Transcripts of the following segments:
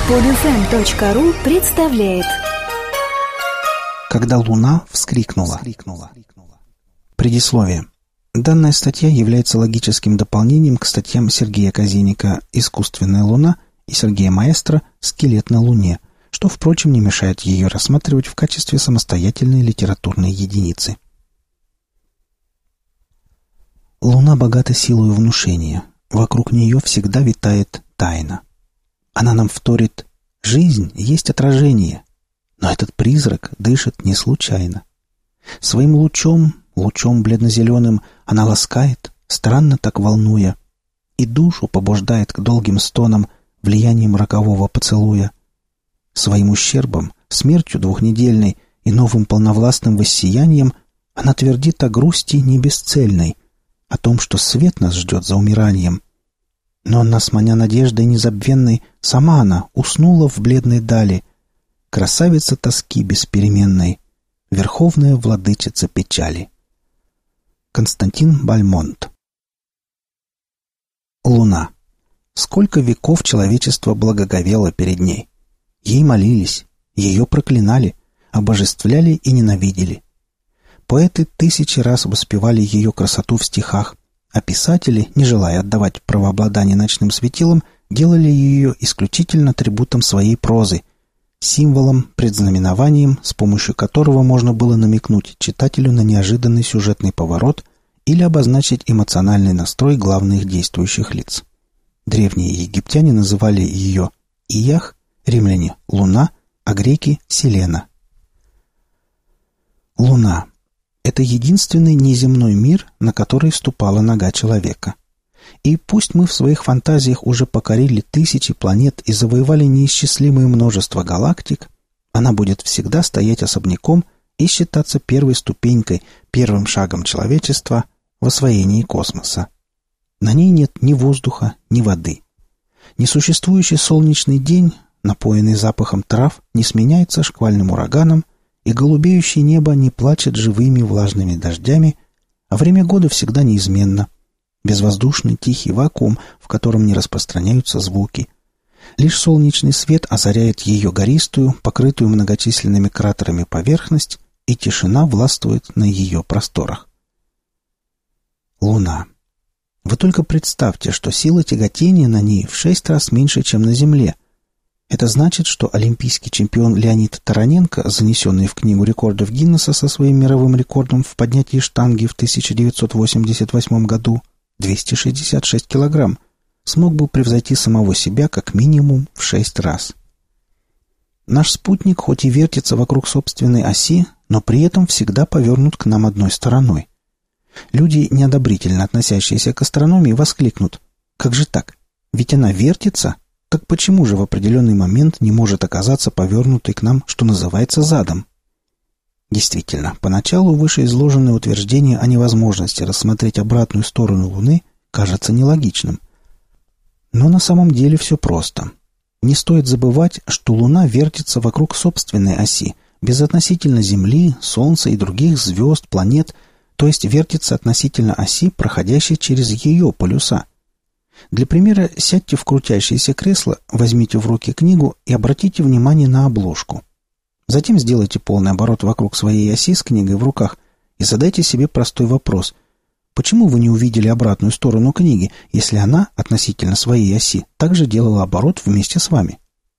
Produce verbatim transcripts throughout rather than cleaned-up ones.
под эф эм точка ру представляет Когда Луна вскрикнула. Предисловие. Данная статья является логическим дополнением к статьям Сергея Казиника «Искусственная Луна» и Сергея Маэстро «Скелет на Луне», что, впрочем, не мешает ее рассматривать в качестве самостоятельной литературной единицы. Луна богата силой внушения. Вокруг нее всегда витает тайна. Она нам вторит: жизнь есть отражение. Но этот призрак дышит не случайно. Своим лучом, лучом бледно-зеленым, она ласкает, странно так волнуя, и душу побуждает к долгим стонам влиянием рокового поцелуя. Своим ущербом, смертью двухнедельной и новым полновластным воссиянием она твердит о грусти не бесцельной, о том, что свет нас ждет за умиранием. Но нас, маня надеждой незабвенной, сама она уснула в бледной дали, красавица тоски беспеременной, верховная владычица печали. Константин Бальмонт. Луна. Сколько веков человечество благоговело перед ней. Ей молились, ее проклинали, обожествляли и ненавидели. Поэты тысячи раз воспевали ее красоту в стихах, а писатели, не желая отдавать правообладание ночным светилам, делали ее исключительно атрибутом своей прозы, символом, предзнаменованием, с помощью которого можно было намекнуть читателю на неожиданный сюжетный поворот или обозначить эмоциональный настрой главных действующих лиц. Древние египтяне называли ее Иях, римляне – Луна, а греки – Селена. Луна – это единственный неземной мир, на который ступала нога человека. И пусть мы в своих фантазиях уже покорили тысячи планет и завоевали неисчислимое множество галактик, она будет всегда стоять особняком и считаться первой ступенькой, первым шагом человечества в освоении космоса. На ней нет ни воздуха, ни воды. Несуществующий солнечный день, напоенный запахом трав, не сменяется шквальным ураганом, и голубеющее небо не плачет живыми влажными дождями, а время года всегда неизменно. Безвоздушный тихий вакуум, в котором не распространяются звуки. Лишь солнечный свет озаряет ее гористую, покрытую многочисленными кратерами поверхность, и тишина властвует на ее просторах. Луна. Вы только представьте, что сила тяготения на ней в шесть раз меньше, чем на Земле. Это значит, что олимпийский чемпион Леонид Тараненко, занесенный в Книгу рекордов Гиннесса со своим мировым рекордом в поднятии штанги в тысяча девятьсот восемьдесят восьмом году, двести шестьдесят шесть килограмм, смог бы превзойти самого себя как минимум в шесть раз. Наш спутник хоть и вертится вокруг собственной оси, но при этом всегда повернут к нам одной стороной. Люди, неодобрительно относящиеся к астрономии, воскликнут: «Как же так? Ведь она вертится? Так почему же в определенный момент не может оказаться повернутой к нам, что называется, задом?» Действительно, поначалу вышеизложенное утверждение о невозможности рассмотреть обратную сторону Луны кажется нелогичным. Но на самом деле все просто. Не стоит забывать, что Луна вертится вокруг собственной оси, безотносительно Земли, Солнца и других звезд, планет, то есть вертится относительно оси, проходящей через ее полюса. Для примера сядьте в крутящееся кресло, возьмите в руки книгу и обратите внимание на обложку. Затем сделайте полный оборот вокруг своей оси с книгой в руках и задайте себе простой вопрос: почему вы не увидели обратную сторону книги, если она относительно своей оси также делала оборот вместе с вами?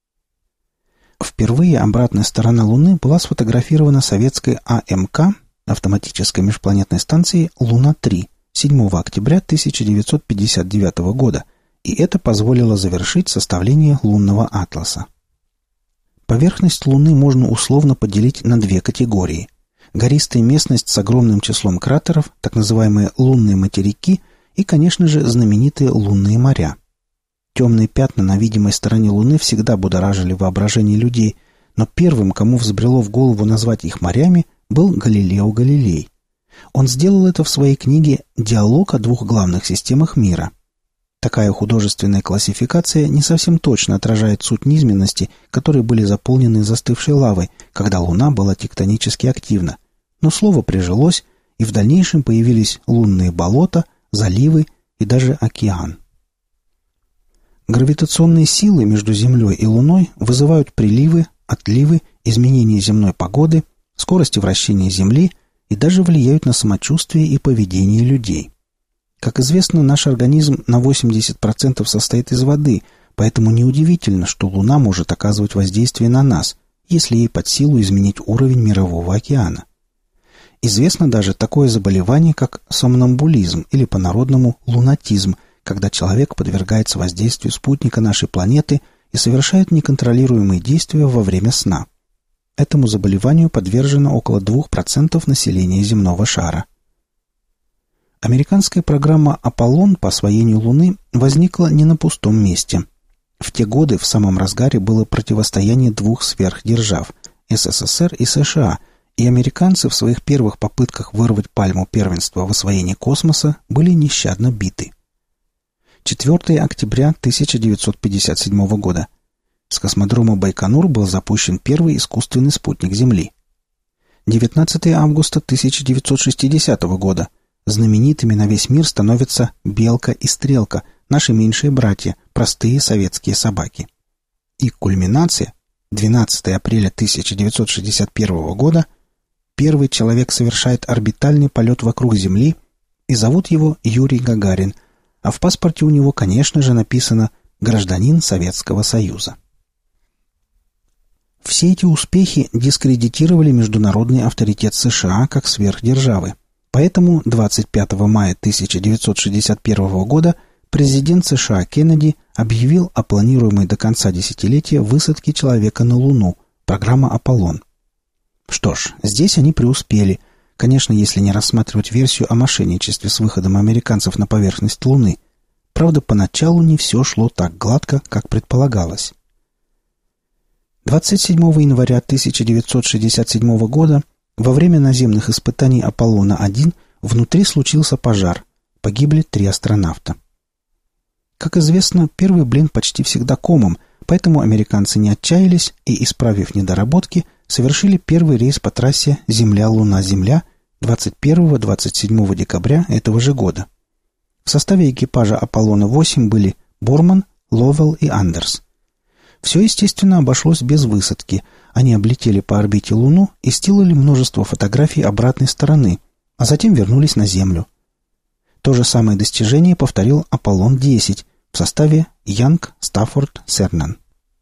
Впервые обратная сторона Луны была сфотографирована советской А М К, автоматической межпланетной станцией Луна-три, седьмого октября тысяча девятьсот пятьдесят девятого года, и это позволило завершить составление лунного атласа. Поверхность Луны можно условно поделить на две категории. Гористая местность с огромным числом кратеров, так называемые лунные материки, и, конечно же, знаменитые лунные моря. Темные пятна на видимой стороне Луны всегда будоражили воображение людей, но первым, кому взбрело в голову назвать их морями, был Галилео Галилей. Он сделал это в своей книге «Диалог о двух главных системах мира». Такая художественная классификация не совсем точно отражает суть низменности, которые были заполнены застывшей лавой, когда Луна была тектонически активна. Но слово прижилось, и в дальнейшем появились лунные болота, заливы и даже океан. Гравитационные силы между Землей и Луной вызывают приливы, отливы, изменения земной погоды, скорости вращения Земли и даже влияют на самочувствие и поведение людей. Как известно, наш организм на восемьдесят процентов состоит из воды, поэтому неудивительно, что Луна может оказывать воздействие на нас, если ей под силу изменить уровень Мирового океана. Известно даже такое заболевание, как сомнамбулизм или по-народному лунатизм, когда человек подвергается воздействию спутника нашей планеты и совершает неконтролируемые действия во время сна. Этому заболеванию подвержено около двух процентов населения земного шара. Американская программа «Аполлон» по освоению Луны возникла не на пустом месте. В те годы в самом разгаре было противостояние двух сверхдержав – СССР и США, и американцы в своих первых попытках вырвать пальму первенства в освоении космоса были нещадно биты. четвёртого октября тысяча девятьсот пятьдесят седьмого года. С космодрома Байконур был запущен первый искусственный спутник Земли. девятнадцатого августа тысяча девятьсот шестидесятого года. Знаменитыми на весь мир становятся Белка и Стрелка, наши меньшие братья, простые советские собаки. И кульминация – двенадцатого апреля тысяча девятьсот шестьдесят первого года. Первый человек совершает орбитальный полет вокруг Земли, и зовут его Юрий Гагарин, а в паспорте у него, конечно же, написано «Гражданин Советского Союза». Все эти успехи дискредитировали международный авторитет США как сверхдержавы. Поэтому двадцать пятого мая тысяча девятьсот шестьдесят первого года президент США Кеннеди объявил о планируемой до конца десятилетия высадке человека на Луну, программа «Аполлон». Что ж, здесь они преуспели, конечно, если не рассматривать версию о мошенничестве с выходом американцев на поверхность Луны. Правда, поначалу не все шло так гладко, как предполагалось. двадцать седьмого января тысяча девятьсот шестьдесят седьмого года во время наземных испытаний Аполлона-один внутри случился пожар. Погибли три астронавта. Как известно, первый блин почти всегда комом, поэтому американцы не отчаялись и, исправив недоработки, совершили первый рейс по трассе Земля-Луна-Земля двадцать первого — двадцать седьмого декабря этого же года. В составе экипажа Аполлона-восемь были Борман, Ловелл и Андерс. Все, естественно, обошлось без высадки. Они облетели по орбите Луну и сделали множество фотографий обратной стороны, а затем вернулись на Землю. То же самое достижение повторил Аполлон-десять в составе Янг, Стаффорд, Сернан.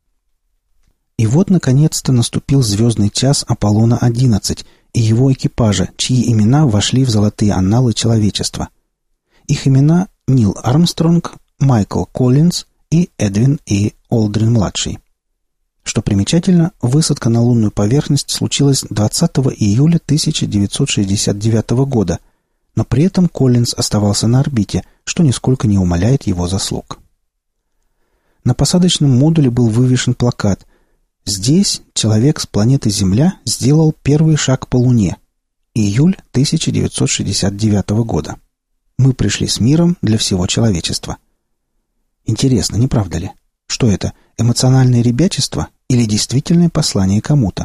И вот, наконец-то, наступил звездный час Аполлона-одиннадцать и его экипажа, чьи имена вошли в золотые анналы человечества. Их имена Нил Армстронг, Майкл Коллинз и Эдвин И. Олдрин-младший. Что примечательно, высадка на лунную поверхность случилась двадцатого июля тысяча девятьсот шестьдесят девятого года, но при этом Коллинз оставался на орбите, что нисколько не умаляет его заслуг. На посадочном модуле был вывешен плакат «Здесь человек с планеты Земля сделал первый шаг по Луне. Июль тысяча девятьсот шестьдесят девятого года. Мы пришли с миром для всего человечества». Интересно, не правда ли? Что это, эмоциональное ребячество или действительное послание кому-то?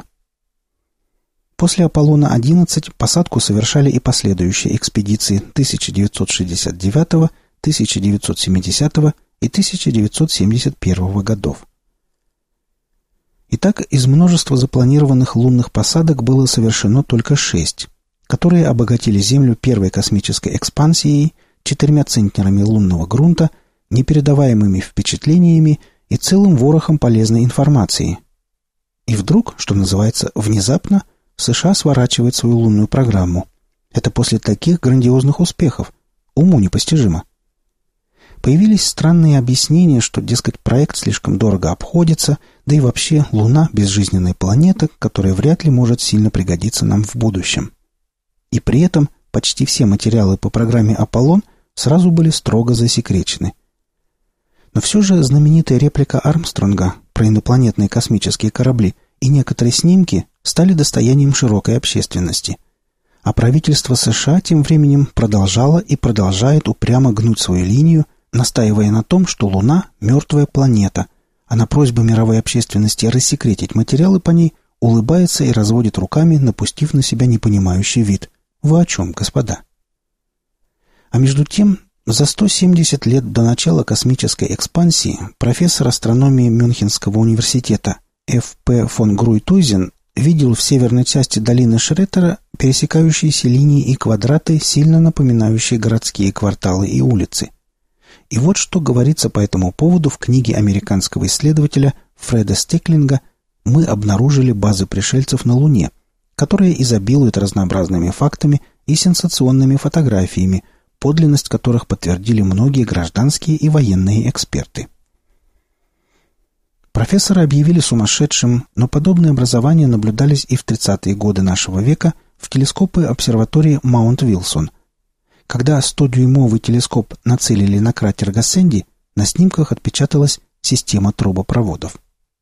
После Аполлона-одиннадцать посадку совершали и последующие экспедиции тысяча девятьсот шестьдесят девятого, тысяча девятьсот семидесятого и тысяча девятьсот семьдесят первого годов. Итак, из множества запланированных лунных посадок было совершено только шесть, которые обогатили Землю первой космической экспансией, четырьмя центнерами лунного грунта, непередаваемыми впечатлениями и целым ворохом полезной информации. И вдруг, что называется, внезапно, США сворачивает свою лунную программу. Это после таких грандиозных успехов. Уму непостижимо. Появились странные объяснения, что, дескать, проект слишком дорого обходится, да и вообще Луна — безжизненная планета, которая вряд ли может сильно пригодиться нам в будущем. И при этом почти все материалы по программе «Аполлон» сразу были строго засекречены. Но все же знаменитая реплика Армстронга про инопланетные космические корабли и некоторые снимки стали достоянием широкой общественности. А правительство США тем временем продолжало и продолжает упрямо гнуть свою линию, настаивая на том, что Луна – мертвая планета, а на просьбу мировой общественности рассекретить материалы по ней улыбается и разводит руками, напустив на себя непонимающий вид. Вы о чем, господа? А между тем, За сто семьдесят лет до начала космической экспансии профессор астрономии Мюнхенского университета Ф П фон Груйтуйзен видел в северной части долины Шреттера пересекающиеся линии и квадраты, сильно напоминающие городские кварталы и улицы. И вот что говорится по этому поводу в книге американского исследователя Фреда Стеклинга «Мы обнаружили базы пришельцев на Луне», которые изобилуют разнообразными фактами и сенсационными фотографиями, подлинность которых подтвердили многие гражданские и военные эксперты. Профессора объявили сумасшедшим, но подобные образования наблюдались и в тридцатые годы нашего века в телескопы обсерватории Маунт-Вилсон. Когда стодюймовый телескоп нацелили на кратер Гассенди, на снимках отпечаталась система трубопроводов.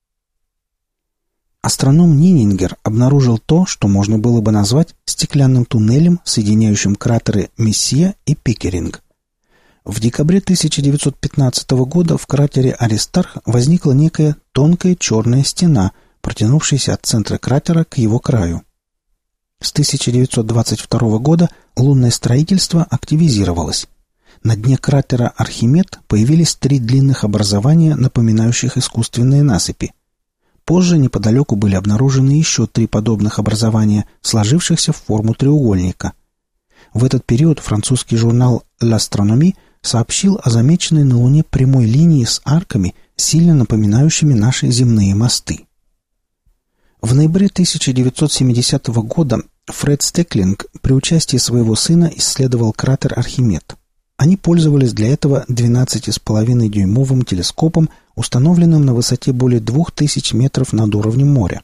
Астроном Нинингер обнаружил то, что можно было бы назвать стеклянным туннелем, соединяющим кратеры Мессия и Пикеринг. В декабре тысяча девятьсот пятнадцатого года в кратере Аристарх возникла некая тонкая черная стена, протянувшаяся от центра кратера к его краю. С тысяча девятьсот двадцать второго года лунное строительство активизировалось. На дне кратера Архимед появились три длинных образования, напоминающих искусственные насыпи. Позже неподалеку были обнаружены еще три подобных образования, сложившихся в форму треугольника. В этот период французский журнал «L'Astronomie» сообщил о замеченной на Луне прямой линии с арками, сильно напоминающими наши земные мосты. В ноябре тысяча девятьсот семидесятого года Фред Стеклинг при участии своего сына исследовал кратер Архимед. Они пользовались для этого двенадцатипятидюймовым телескопом, установленным на высоте более двух тысяч метров над уровнем моря.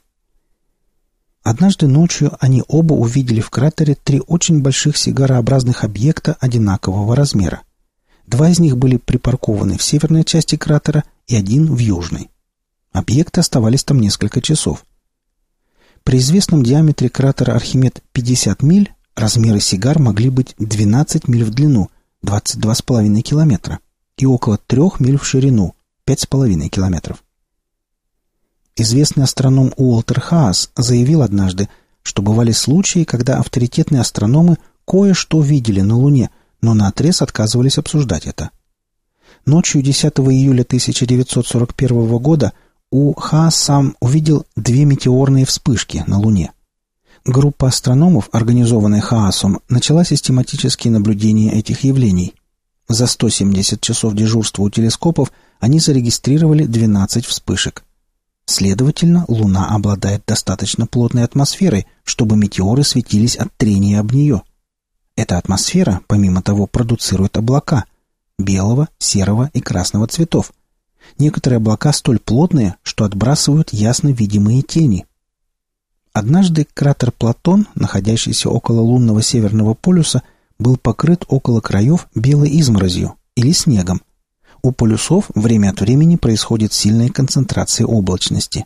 Однажды ночью они оба увидели в кратере три очень больших сигарообразных объекта одинакового размера. Два из них были припаркованы в северной части кратера и один в южной. Объекты оставались там несколько часов. При известном диаметре кратера Архимед пятьдесят миль размеры сигар могли быть двенадцать миль в длину, двадцать два с половиной километра, и около трех миль в ширину, пять с половиной километров. Известный астроном Уолтер Хаас заявил однажды, что бывали случаи, когда авторитетные астрономы кое-что видели на Луне, но наотрез отказывались обсуждать это. Ночью десятого июля тысяча девятьсот сорок первого года У. Хаас сам увидел две метеорные вспышки на Луне. Группа астрономов, организованная Хаасом, начала систематические наблюдения этих явлений. За сто семьдесят часов дежурства у телескопов они зарегистрировали двенадцать вспышек. Следовательно, Луна обладает достаточно плотной атмосферой, чтобы метеоры светились от трения об нее. Эта атмосфера, помимо того, продуцирует облака белого, серого и красного цветов. Некоторые облака столь плотные, что отбрасывают ясно видимые тени. Однажды кратер Платон, находящийся около лунного северного полюса, был покрыт около краев белой изморозью или снегом. У полюсов время от времени происходит сильная концентрация облачности.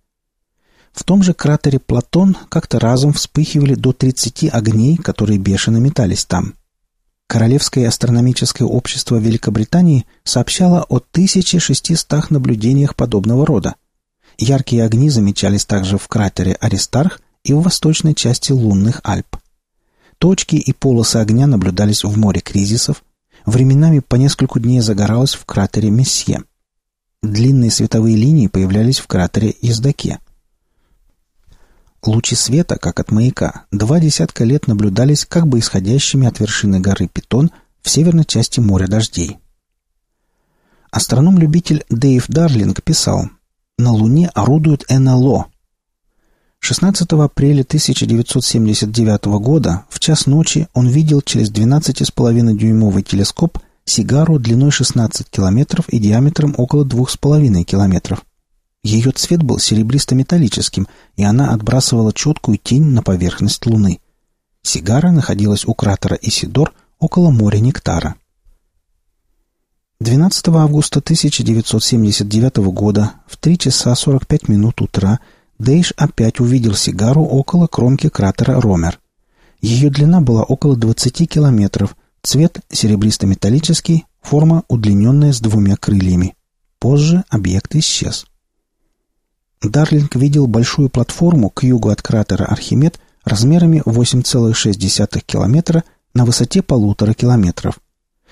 В том же кратере Платон как-то разом вспыхивали до тридцати огней, которые бешено метались там. Королевское астрономическое общество Великобритании сообщало о тысяче шестистах наблюдениях подобного рода. Яркие огни замечались также в кратере Аристарх и в восточной части лунных Альп. Точки и полосы огня наблюдались в море кризисов, временами по несколько дней загоралось в кратере Мессье. Длинные световые линии появлялись в кратере Ездаке. Лучи света, как от маяка, два десятка лет наблюдались как бы исходящими от вершины горы Питон в северной части моря дождей. Астроном-любитель Дэйв Дарлинг писал: «На Луне орудует эн эл о». шестнадцатого апреля тысяча девятьсот семьдесят девятого года в час ночи он видел через двенадцатипятидюймовый телескоп сигару длиной шестнадцать километров и диаметром около двух с половиной километров. Ее цвет был серебристо-металлическим, и она отбрасывала четкую тень на поверхность Луны. Сигара находилась у кратера Исидор около моря Нектара. двенадцатого августа тысяча девятьсот семьдесят девятого года в три часа сорок пять минут утра Дейш опять увидел сигару около кромки кратера Ромер. Ее длина была около двадцати километров, цвет серебристо-металлический, форма удлиненная с двумя крыльями. Позже объект исчез. Дарлинг видел большую платформу к югу от кратера Архимед размерами восемь целых шесть десятых километра на высоте полутора километров.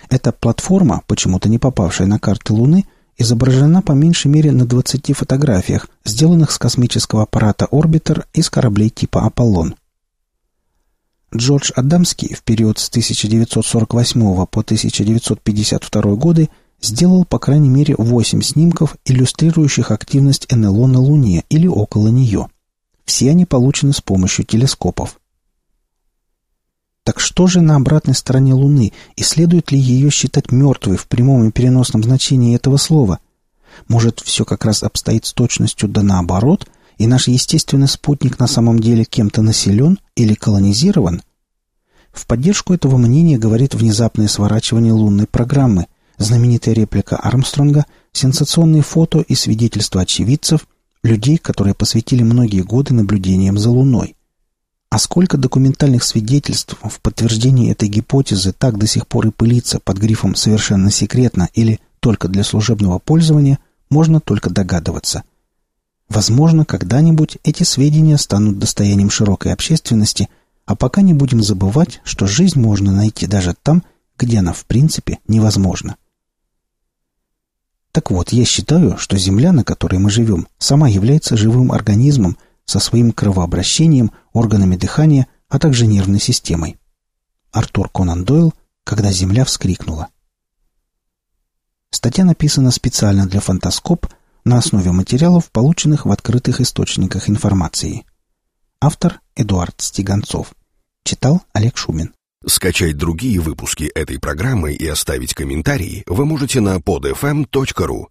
Эта платформа, почему-то не попавшая на карты Луны, изображена по меньшей мере на двадцати фотографиях, сделанных с космического аппарата «Орбитер» и с кораблей типа «Аполлон». Джордж Адамский в период с тысяча девятьсот сорок восьмого по тысяча девятьсот пятьдесят второй годы сделал по крайней мере восемь снимков, иллюстрирующих активность эн эл о на Луне или около нее. Все они получены с помощью телескопов. Так что же на обратной стороне Луны, и следует ли ее считать мертвой в прямом и переносном значении этого слова? Может, все как раз обстоит с точностью да наоборот, и наш естественный спутник на самом деле кем-то населен или колонизирован? В поддержку этого мнения говорит внезапное сворачивание лунной программы, знаменитая реплика Армстронга, сенсационные фото и свидетельства очевидцев, людей, которые посвятили многие годы наблюдениям за Луной. А сколько документальных свидетельств в подтверждении этой гипотезы так до сих пор и пылится под грифом «совершенно секретно» или «только для служебного пользования», можно только догадываться. Возможно, когда-нибудь эти сведения станут достоянием широкой общественности, а пока не будем забывать, что жизнь можно найти даже там, где она в принципе невозможна. Так вот, я считаю, что Земля, на которой мы живем, сама является живым организмом, со своим кровообращением, органами дыхания, а также нервной системой. Артур Конан Дойл «Когда Земля вскрикнула». Статья написана специально для «Фантаскоп» на основе материалов, полученных в открытых источниках информации. Автор Эдуард Стиганцов. Читал Олег Шумин. Скачать другие выпуски этой программы и оставить комментарии вы можете на под эф эм точка ру.